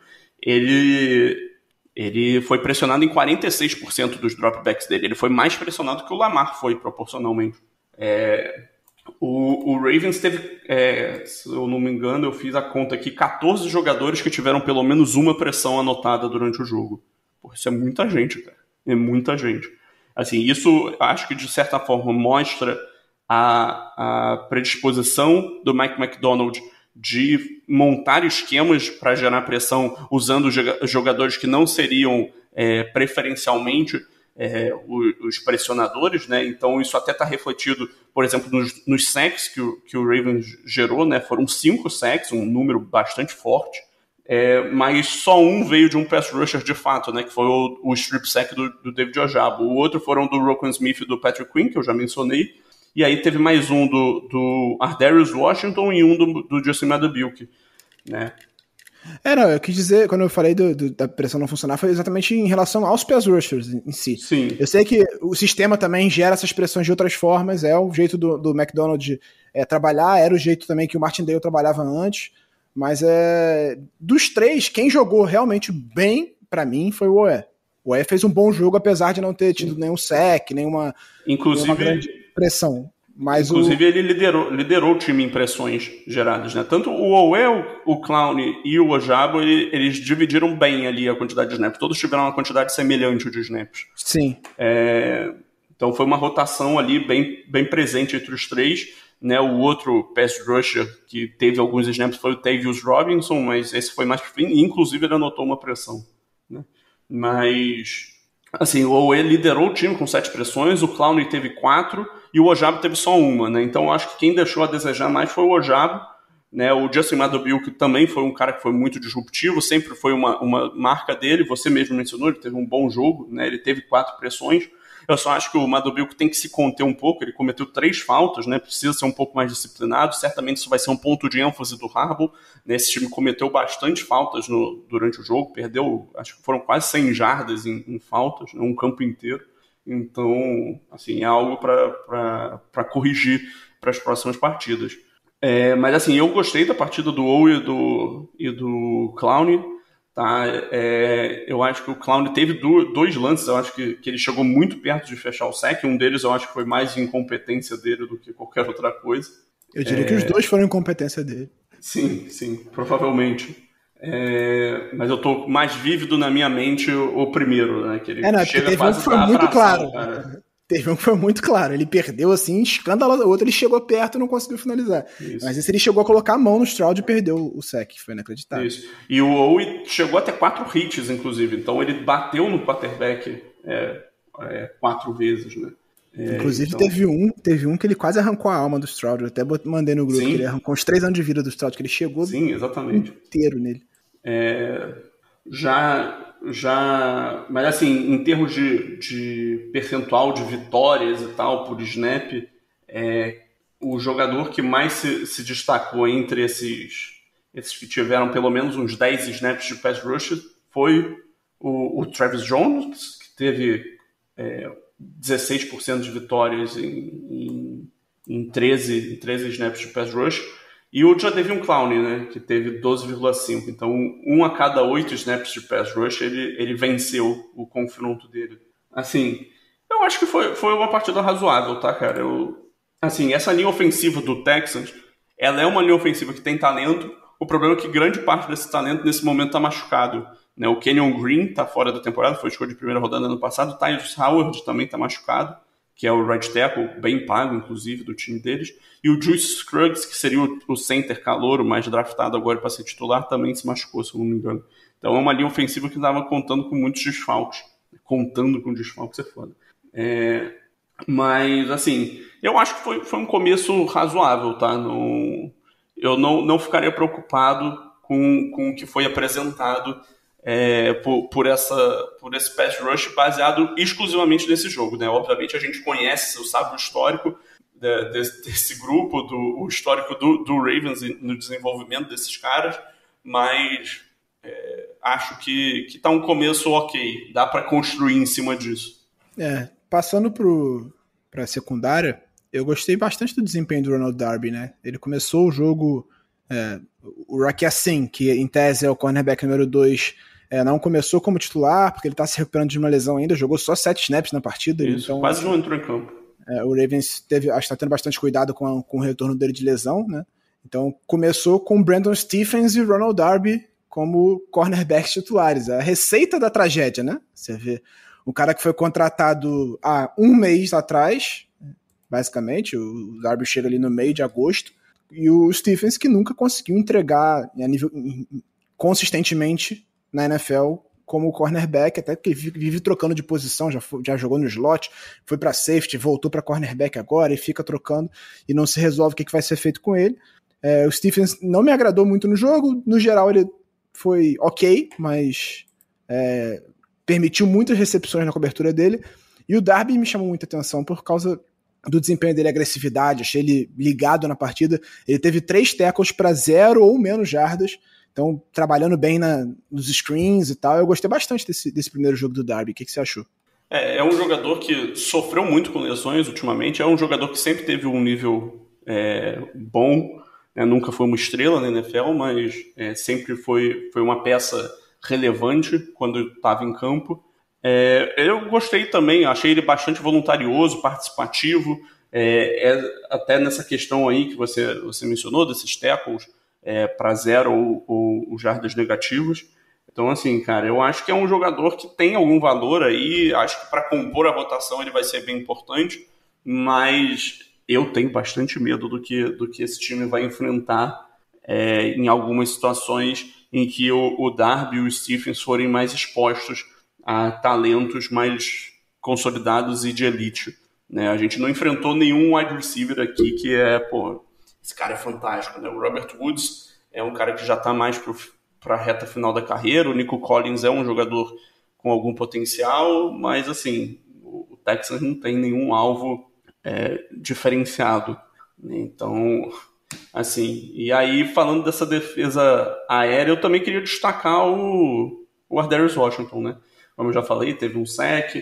ele foi pressionado em 46% dos dropbacks dele. Ele foi mais pressionado que o Lamar foi, proporcionalmente. O Ravens teve, se eu não me engano, eu fiz a conta aqui, 14 jogadores que tiveram pelo menos uma pressão anotada durante o jogo. Porra, isso é muita gente, cara. É muita gente. Assim, isso acho que de certa forma mostra a predisposição do Mike Macdonald de montar esquemas para gerar pressão usando jogadores que não seriam preferencialmente os pressionadores, né? Então isso até está refletido, por exemplo, nos sacks que o Ravens gerou, né? Foram 5 sacks, um número bastante forte, mas só um veio de um pass rusher de fato, né? Que foi o strip sack do David Ojabo. O outro foram do Roquan Smith e do Patrick Quinn, que eu já mencionei. E aí teve mais um do Ardarius Washington e um do Justin Madubuike, né? Não, eu quis dizer, quando eu falei da pressão não funcionar, foi exatamente em relação aos pass rushers em si. Sim. Eu sei que o sistema também gera essas pressões de outras formas, é o jeito do McDonald trabalhar, era o jeito também que o Martindale trabalhava antes, mas dos três, quem jogou realmente bem, pra mim, foi o Oé. O Oé fez um bom jogo, apesar de não ter tido nenhum sack, nenhuma grande pressão. Mas inclusive ele liderou o time em pressões geradas, né? Tanto o Oé, o Clowney e o Ojabo, eles dividiram bem ali a quantidade de snaps. Todos tiveram uma quantidade semelhante de snaps. Sim. Então foi uma rotação ali bem presente entre os três, né? O outro pass rusher que teve alguns snaps foi o Tavius Robinson, mas esse foi mais pro fim, e inclusive ele anotou uma pressão, né? Mas assim, o Oé liderou o time com 7 pressões, o Clowney teve 4 e o Ojabo teve só uma, né? Então eu acho que quem deixou a desejar mais foi o Ojabo, né? O Justin Madubuike também foi um cara que foi muito disruptivo, sempre foi uma marca dele, você mesmo mencionou, ele teve um bom jogo, né? Ele teve 4 pressões. Eu só acho que o Madubuike tem que se conter um pouco, ele cometeu 3 faltas, né? Precisa ser um pouco mais disciplinado, certamente isso vai ser um ponto de ênfase do Harbaugh, né? Esse time cometeu bastante faltas durante o jogo, perdeu, acho que foram quase 100 jardas em faltas, né? Um campo inteiro. Então, assim, é algo para corrigir para as próximas partidas. Mas, assim, eu gostei da partida do Owe e do Clowney, tá? Eu acho que o Clowney teve 2 lances, eu acho que ele chegou muito perto de fechar o sack. Um deles eu acho que foi mais incompetência dele do que qualquer outra coisa. Eu diria que os 2 foram incompetência dele. Sim, provavelmente. Mas eu tô mais vívido na minha mente o primeiro, né? Que ele chega teve quase um que foi muito claro. Cara. Teve um que foi muito claro. Ele perdeu assim, escandaloso. O outro ele chegou perto e não conseguiu finalizar. Isso. Mas esse ele chegou a colocar a mão no Stroud e perdeu o sack. Foi inacreditável. Isso. E o Owe chegou até 4 hits, inclusive. Então ele bateu no quarterback 4 vezes, né? Inclusive então... teve um que ele quase arrancou a alma do Stroud. Eu até mandei no grupo. Que ele arrancou uns 3 anos de vida do Stroud, que ele chegou inteiro nele. Mas assim, em termos de percentual de vitórias e tal por snap, o jogador que mais se destacou entre esses que tiveram pelo menos uns 10 snaps de pass rush foi o Travis Jones, que teve 16% de vitórias em em 13 snaps de pass rush. E o Jadeveon Clowney, né, que teve 12,5. Então, 1 a cada 8 snaps de pass rush, ele venceu o confronto dele. Assim, eu acho que foi uma partida razoável, tá, cara? Assim, essa linha ofensiva do Texans, ela é uma linha ofensiva que tem talento. O problema é que grande parte desse talento, nesse momento, tá machucado. Né? O Kenyon Green tá fora da temporada, foi escolha de primeira rodada ano passado. O Tyus Howard também tá machucado, que é o right tackle, bem pago, inclusive, do time deles. E o Juice Scruggs, que seria o center calouro, mais draftado agora para ser titular, também se machucou, se eu não me engano. Então é uma linha ofensiva que estava contando com muitos desfalques. Contando com desfalques é foda. Mas, assim, eu acho que foi um começo razoável, tá? Eu não ficaria preocupado com o que foi apresentado por esse pass rush baseado exclusivamente nesse jogo, né? Obviamente a gente conhece, sabe o histórico desse grupo, o histórico do Ravens no desenvolvimento desses caras, mas acho que tá um começo ok, dá para construir em cima disso. Passando para a secundária, eu gostei bastante do desempenho do Ronald Darby, né? Ele começou o jogo, o Rocky Assim, que em tese é o cornerback número 2, não começou como titular, porque ele tá se recuperando de uma lesão ainda, jogou só 7 snaps na partida. Isso, então, quase não entrou em campo. O Ravens acho que tá tendo bastante cuidado com o retorno dele de lesão, né? Então começou com Brandon Stephens e Ronald Darby como cornerbacks titulares. A receita da tragédia, né? Você vê um cara que foi contratado há um mês atrás, basicamente, o Darby chega ali no meio de agosto, e o Stephens que nunca conseguiu entregar a nível consistentemente na NFL como cornerback, até porque vive trocando de posição, já jogou no slot, foi para safety, voltou para cornerback agora e fica trocando e não se resolve o que vai ser feito com ele. O Stephens não me agradou muito no jogo, no geral ele foi ok, mas permitiu muitas recepções na cobertura dele, e o Darby me chamou muita atenção por causa do desempenho dele, agressividade, achei ele ligado na partida, ele teve 3 tackles para 0 ou menos jardas, então trabalhando bem nos screens e tal. Eu gostei bastante desse primeiro jogo do Darby. O que você achou? É um jogador que sofreu muito com lesões ultimamente, é um jogador que sempre teve um nível bom, né? Nunca foi uma estrela na NFL, mas sempre foi uma peça relevante quando estava em campo. Eu gostei também, achei ele bastante voluntarioso, participativo, até nessa questão aí que você mencionou, desses tackles para 0 ou jardas negativas. Então, assim, cara, eu acho que é um jogador que tem algum valor aí, acho que para compor a rotação ele vai ser bem importante, mas eu tenho bastante medo do que esse time vai enfrentar em algumas situações em que o Darby e o Stephens forem mais expostos a talentos mais consolidados e de elite, né? A gente não enfrentou nenhum wide receiver aqui que esse cara é fantástico, né? O Robert Woods é um cara que já está mais para a reta final da carreira, o Nico Collins é um jogador com algum potencial, mas assim, o Texans não tem nenhum alvo diferenciado, né? Então, assim, e aí falando dessa defesa aérea, eu também queria destacar o Ardarius Washington, né? Como eu já falei, teve um sack,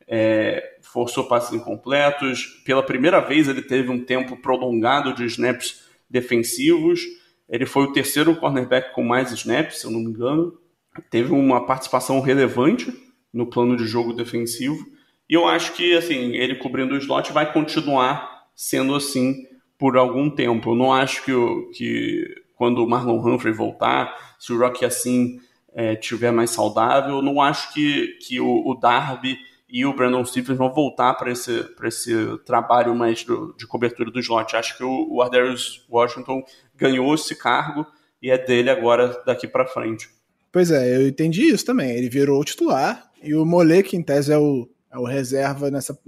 forçou passes incompletos. Pela primeira vez ele teve um tempo prolongado de snaps defensivos. Ele foi o terceiro cornerback com mais snaps, se eu não me engano. Teve uma participação relevante no plano de jogo defensivo. E eu acho que, assim, ele cobrindo o slot vai continuar sendo assim por algum tempo. Eu não acho que quando o Marlon Humphrey voltar, se o Rocky assim tiver mais saudável, eu não acho que o Darby e o Brandon Stephens vão voltar para esse trabalho mais de cobertura do slot. Acho que o Ardarius Washington ganhou esse cargo e é dele agora daqui para frente. Pois eu entendi isso também. Ele virou o titular e o Mole, que em tese é o reserva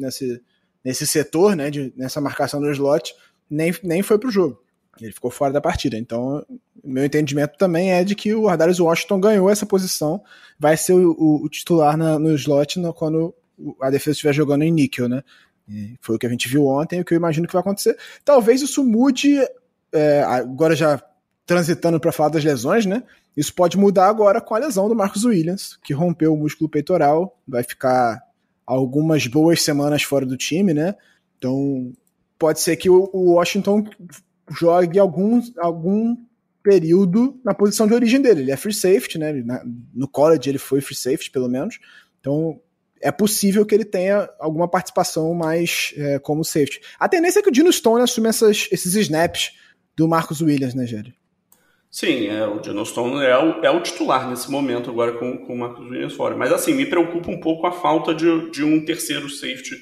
nesse setor, né, nessa marcação do slot, nem foi pro jogo. Ele ficou fora da partida. Então, meu entendimento também é de que o Ardarius Washington ganhou essa posição, vai ser o titular no slot quando a defesa estiver jogando em níquel, né? E foi o que a gente viu ontem, o que eu imagino que vai acontecer. Talvez isso mude, agora já transitando para falar das lesões, né? Isso pode mudar agora com a lesão do Marcus Williams, que rompeu o músculo peitoral, vai ficar algumas boas semanas fora do time, né? Então, pode ser que o Washington jogue algum período na posição de origem dele. Ele é free safety, né? No college ele foi free safety, pelo menos. Então, é possível que ele tenha alguma participação mais como safety. A tendência é que o Dino Stone assume esses snaps do Marcus Williams, né, Gério? Sim, o Dino Stone é o titular nesse momento agora com o Marcus Williams fora. Mas assim, me preocupa um pouco a falta de um terceiro safety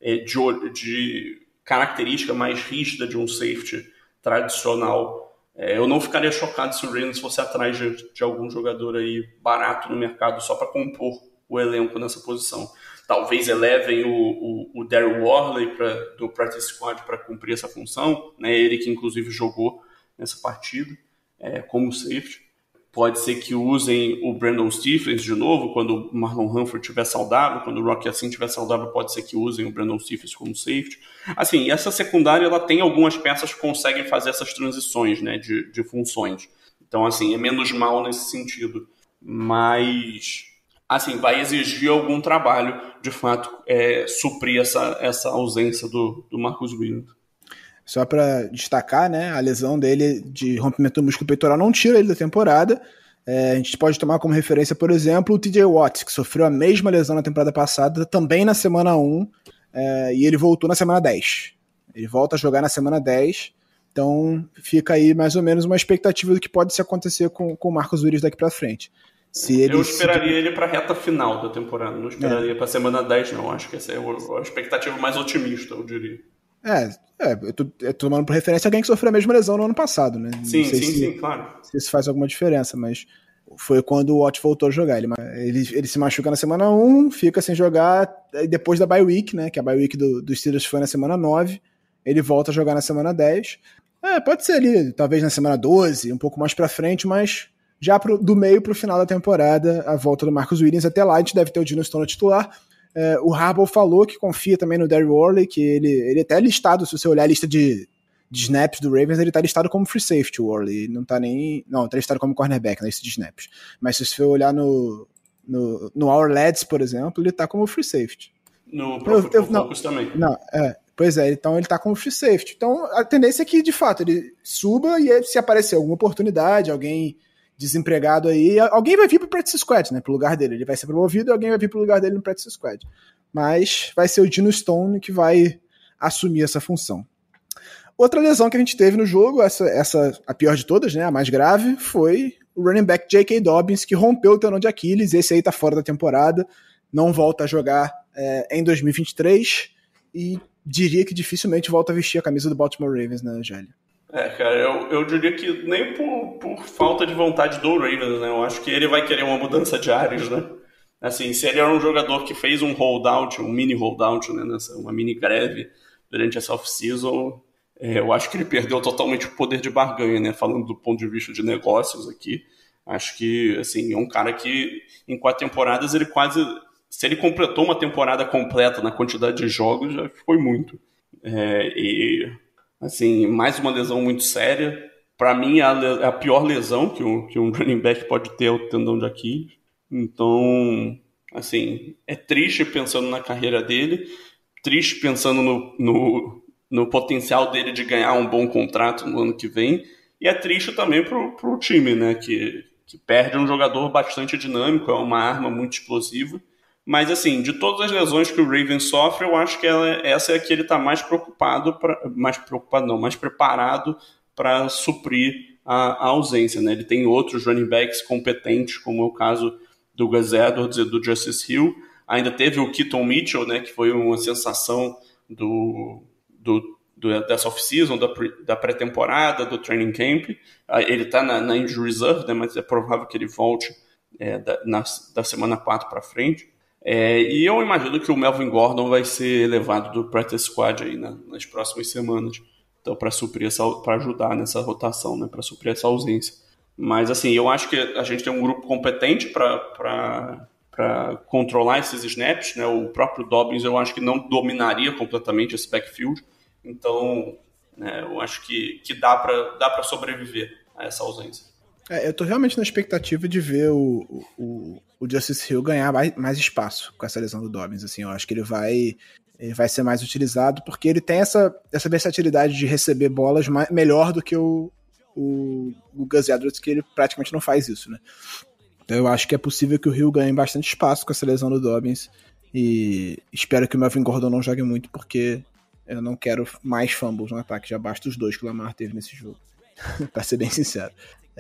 de característica mais rígida de um safety tradicional. Eu não ficaria chocado se o Ravens fosse atrás de algum jogador aí barato no mercado só para compor o elenco nessa posição. Talvez elevem o Daryl Worley do practice squad para cumprir essa função, né? Ele que inclusive jogou nessa partida como safety. Pode ser que usem o Brandon Stephens de novo, quando o Marlon Humphrey estiver saudável, quando o Rock assim estiver saudável, pode ser que usem o Brandon Stephens como safety. Assim, essa secundária ela tem algumas peças que conseguem fazer essas transições, né, de funções. Então, assim, é menos mal nesse sentido. Mas, assim, vai exigir algum trabalho, de fato, suprir essa ausência do Marcus Williams. Só para destacar, né, a lesão dele de rompimento do músculo peitoral não tira ele da temporada. A gente pode tomar como referência, por exemplo, o TJ Watt, que sofreu a mesma lesão na temporada passada, também na semana 1, e ele voltou na semana 10. Ele volta a jogar na semana 10, então fica aí mais ou menos uma expectativa do que pode se acontecer com o Marcus Williams daqui para frente. Eu esperaria ele para a reta final da temporada, não esperaria para a semana 10 não, acho que essa é a expectativa mais otimista, eu diria. Eu tô tomando por referência alguém que sofreu a mesma lesão no ano passado, né? Sim, claro. Não sei se faz alguma diferença, mas foi quando o Watt voltou a jogar. Ele se machuca na semana 1, fica sem jogar depois da bye week, né? Que a bye week dos Steelers foi na semana 9, ele volta a jogar na semana 10. Pode ser ali, talvez na semana 12, um pouco mais pra frente, mas já do meio pro final da temporada, a volta do Marcus Williams. Até lá a gente deve ter o Dino Stone titular. O Harbaugh falou que confia também no Daryl Worley, que ele até é listado, se você olhar a lista de snaps do Ravens, ele tá listado como free safety, o Worley. Não, tá listado como cornerback na lista de snaps. Mas se você olhar no Our Lads, por exemplo, ele tá como free safety. No Focus também. Pois é, então ele tá como free safety. Então a tendência é que, de fato, ele suba e se aparecer alguma oportunidade, alguém desempregado aí, alguém vai vir pro practice squad, né, pro lugar dele, ele vai ser promovido e alguém vai vir pro lugar dele no practice squad, mas vai ser o Dino Stone que vai assumir essa função. Outra lesão que a gente teve no jogo, essa a pior de todas, né, a mais grave, foi o running back J.K. Dobbins, que rompeu o tendão de Aquiles. Esse aí tá fora da temporada, não volta a jogar em 2023 e diria que dificilmente volta a vestir a camisa do Baltimore Ravens, né, Gélia? Cara, eu diria que nem por falta de vontade do Ravens, né? Eu acho que ele vai querer uma mudança de áreas, né? Assim, se ele era um jogador que fez um holdout, um mini holdout, né? Uma mini greve durante essa off-season, eu acho que ele perdeu totalmente o poder de barganha, né? Falando do ponto de vista de negócios aqui. Acho que, assim, é um cara que em 4 temporadas ele quase... Se ele completou uma temporada completa na quantidade de jogos, já foi muito. Assim, mais uma lesão muito séria. Para mim, a pior lesão que um running back pode ter é o tendão de Aquiles. Então, assim, é triste pensando na carreira dele, triste pensando no potencial dele de ganhar um bom contrato no ano que vem, e é triste também pro time, né, que perde um jogador bastante dinâmico, é uma arma muito explosiva. Mas, assim, de todas as lesões que o Ravens sofre, eu acho que essa é a que ele está mais preparado para suprir a ausência, né? Ele tem outros running backs competentes, como é o caso do Gus Edwards e do Justice Hill. Ainda teve o Keaton Mitchell, né, que foi uma sensação dessa off-season, da pré-temporada, do training camp. Ele está na injury reserve, né, mas é provável que ele volte da semana 4 para frente. E eu imagino que o Melvin Gordon vai ser elevado do practice squad aí nas próximas semanas, então para ajudar nessa rotação, né, para suprir essa ausência. Mas assim, eu acho que a gente tem um grupo competente para controlar esses snaps, né? O próprio Dobbins eu acho que não dominaria completamente esse backfield, então eu acho que dá para sobreviver a essa ausência. Eu tô realmente na expectativa de ver o Justice Hill ganhar mais espaço com essa lesão do Dobbins. Assim, eu acho que ele vai ele vai ser mais utilizado, porque ele tem essa versatilidade de receber bolas melhor do que o Gus Edwards, que ele praticamente não faz isso, né? Então eu acho que é possível que o Hill ganhe bastante espaço com essa lesão do Dobbins, e espero que o Melvin Gordon não jogue muito, porque eu não quero mais fumbles no ataque, já basta os 2 que o Lamar teve nesse jogo, pra ser bem sincero.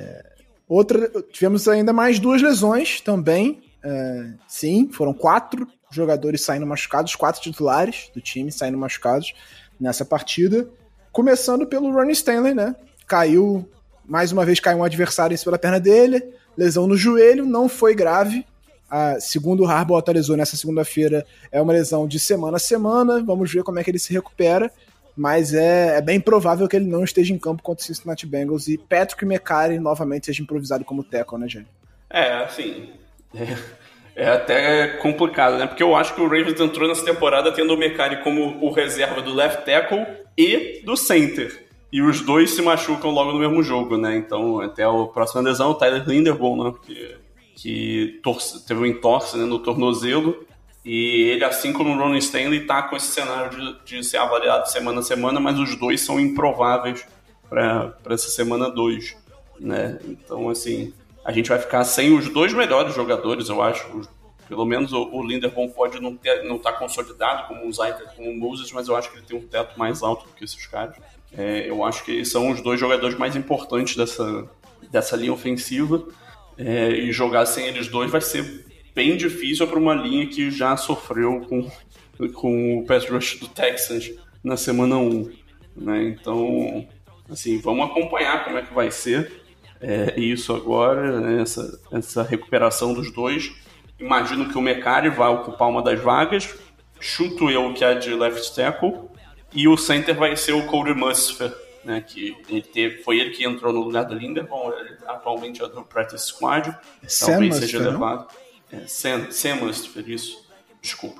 Tivemos ainda mais 2 lesões também, sim, foram 4 jogadores saindo machucados, 4 titulares do time saindo machucados nessa partida, começando pelo Ronnie Stanley, né? Mais uma vez caiu um adversário em cima da perna dele, lesão no joelho, não foi grave, segundo o Harbaugh atualizou nessa segunda-feira, é uma lesão de semana a semana, vamos ver como é que ele se recupera, mas é bem provável que ele não esteja em campo contra o Cincinnati Bengals, e Patrick McCarry novamente seja improvisado como tackle, né, gente? Assim, é até complicado, né? Porque eu acho que o Ravens entrou nessa temporada tendo o McCarry como o reserva do left tackle e do center. E os dois se machucam logo no mesmo jogo, né? Então, até a próxima lesão, o Tyler Linderbaum, né? Que teve um entorse, né, no tornozelo. E ele, assim como o Ronnie Stanley, tá com esse cenário de ser avaliado semana a semana, mas os dois são improváveis para essa semana 2, né? Então, assim, a gente vai ficar sem os 2 melhores jogadores, eu acho. Pelo menos o Linderbaum pode não estar consolidado como o Zaiter, como o Moses, mas eu acho que ele tem um teto mais alto do que esses caras. Eu acho que eles são os 2 jogadores mais importantes dessa linha ofensiva. E jogar sem eles 2 vai ser bem difícil para uma linha que já sofreu com o pass rush do Texans na semana 1. Né? Então, assim, vamos acompanhar como é que vai ser isso agora, né? essa recuperação dos 2. Imagino que o McCarry vai ocupar uma das vagas, chuto eu que é de left tackle, e o center vai ser o Cody Musfer, né? Que foi ele que entrou no lugar do Linderbaum, ele atualmente é do practice squad, talvez seja levado. Sam Musfer, isso, desculpa.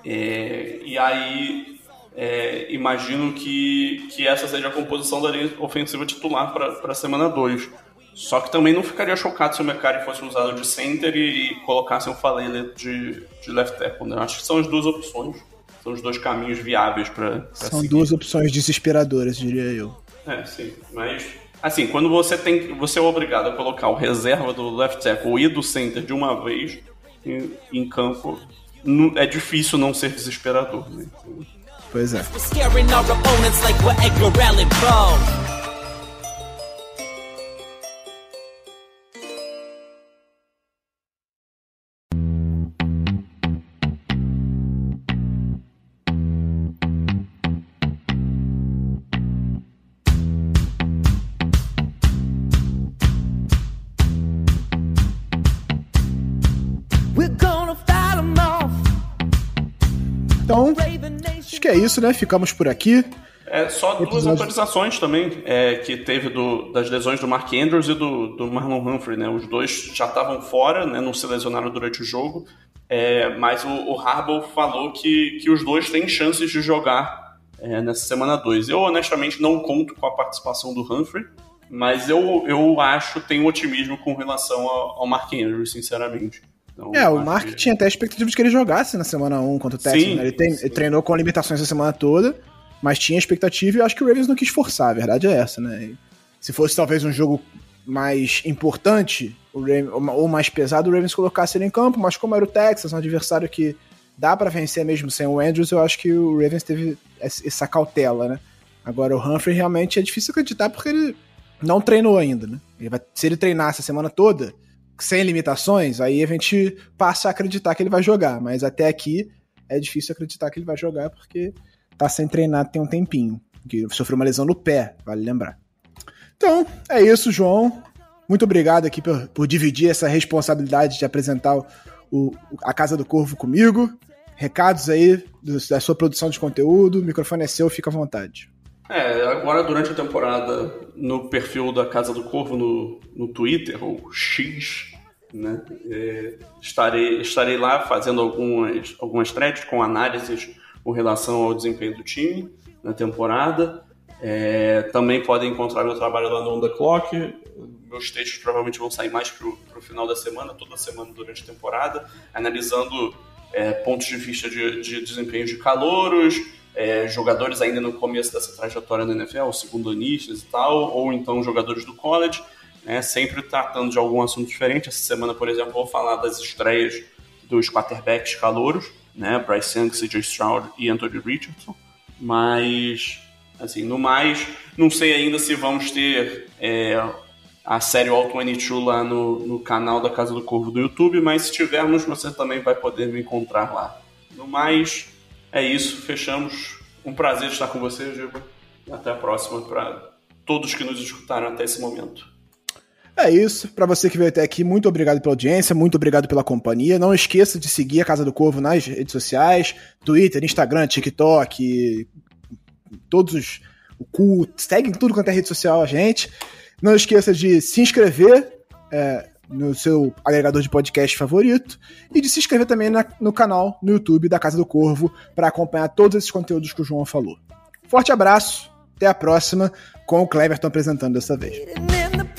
E aí, imagino que essa seja a composição da linha ofensiva titular para a semana 2. Só que também não ficaria chocado se o McCarry fosse usado de center e colocasse um Faalele de left tackle, né? Acho que são as 2 opções, são os 2 caminhos viáveis para São seguir. 2 opções desesperadoras, diria eu. Sim, mas assim, quando você é obrigado a colocar o reserva do left tackle e do center de uma vez em campo, é difícil não ser desesperador, né? Pois é. Então, acho que é isso, né? Ficamos por aqui. Só 2 atualizações também, que teve das lesões do Mark Andrews e do Marlon Humphrey, né? Os 2 já estavam fora, né? Não se lesionaram durante o jogo, mas o Harbaugh falou que os 2 têm chances de jogar nessa semana 2. Eu, honestamente, não conto com a participação do Humphrey, mas eu tenho otimismo com relação ao Mark Andrews, sinceramente. Então, o Mark tinha até a expectativa de que ele jogasse na semana 1 contra o Texans, né? Ele treinou com limitações a semana toda, mas tinha expectativa e eu acho que o Ravens não quis forçar, a verdade é essa, né? E se fosse talvez um jogo mais importante ou mais pesado, o Ravens colocasse ele em campo, mas como era o Texas, um adversário que dá pra vencer mesmo sem o Andrews, eu acho que o Ravens teve essa cautela, né? Agora o Humphrey realmente é difícil acreditar porque ele não treinou ainda, né? Se ele treinasse a semana toda, sem limitações, aí a gente passa a acreditar que ele vai jogar, mas até aqui é difícil acreditar que ele vai jogar porque tá sem treinar tem um tempinho, que sofreu uma lesão no pé, vale lembrar. Então, é isso, João. Muito obrigado aqui por dividir essa responsabilidade de apresentar a Casa do Corvo comigo. Recados aí da sua produção de conteúdo, o microfone é seu, fica à vontade. Agora durante a temporada, no perfil da Casa do Corvo no Twitter, ou X, né, estarei lá fazendo algumas threads com análises com relação ao desempenho do time na temporada. Também podem encontrar meu trabalho lá no On The Clock. Meus textos provavelmente vão sair mais pro final da semana, toda semana durante a temporada, analisando pontos de vista de desempenho de calouros, jogadores ainda no começo dessa trajetória na NFL, segundanistas e tal, ou então jogadores do college, né, sempre tratando de algum assunto diferente. Essa semana, por exemplo, vou falar das estreias dos quarterbacks calouros, né, Bryce Young, C.J. Stroud e Anthony Richardson, mas, assim, no mais, não sei ainda se vamos ter a série All 22 lá no canal da Casa do Corvo do YouTube, mas se tivermos, você também vai poder me encontrar lá. No mais, é isso, fechamos. Um prazer estar com você, Giba. Até a próxima para todos que nos escutaram até esse momento. É isso, para você que veio até aqui, muito obrigado pela audiência, muito obrigado pela companhia. Não esqueça de seguir a Casa do Corvo nas redes sociais, Twitter, Instagram, TikTok, segue tudo quanto é rede social a gente. Não esqueça de se inscrever no seu agregador de podcast favorito e de se inscrever também no canal no YouTube da Casa do Corvo para acompanhar todos esses conteúdos que o João falou. Forte abraço, até a próxima, com o Cleverton apresentando dessa vez.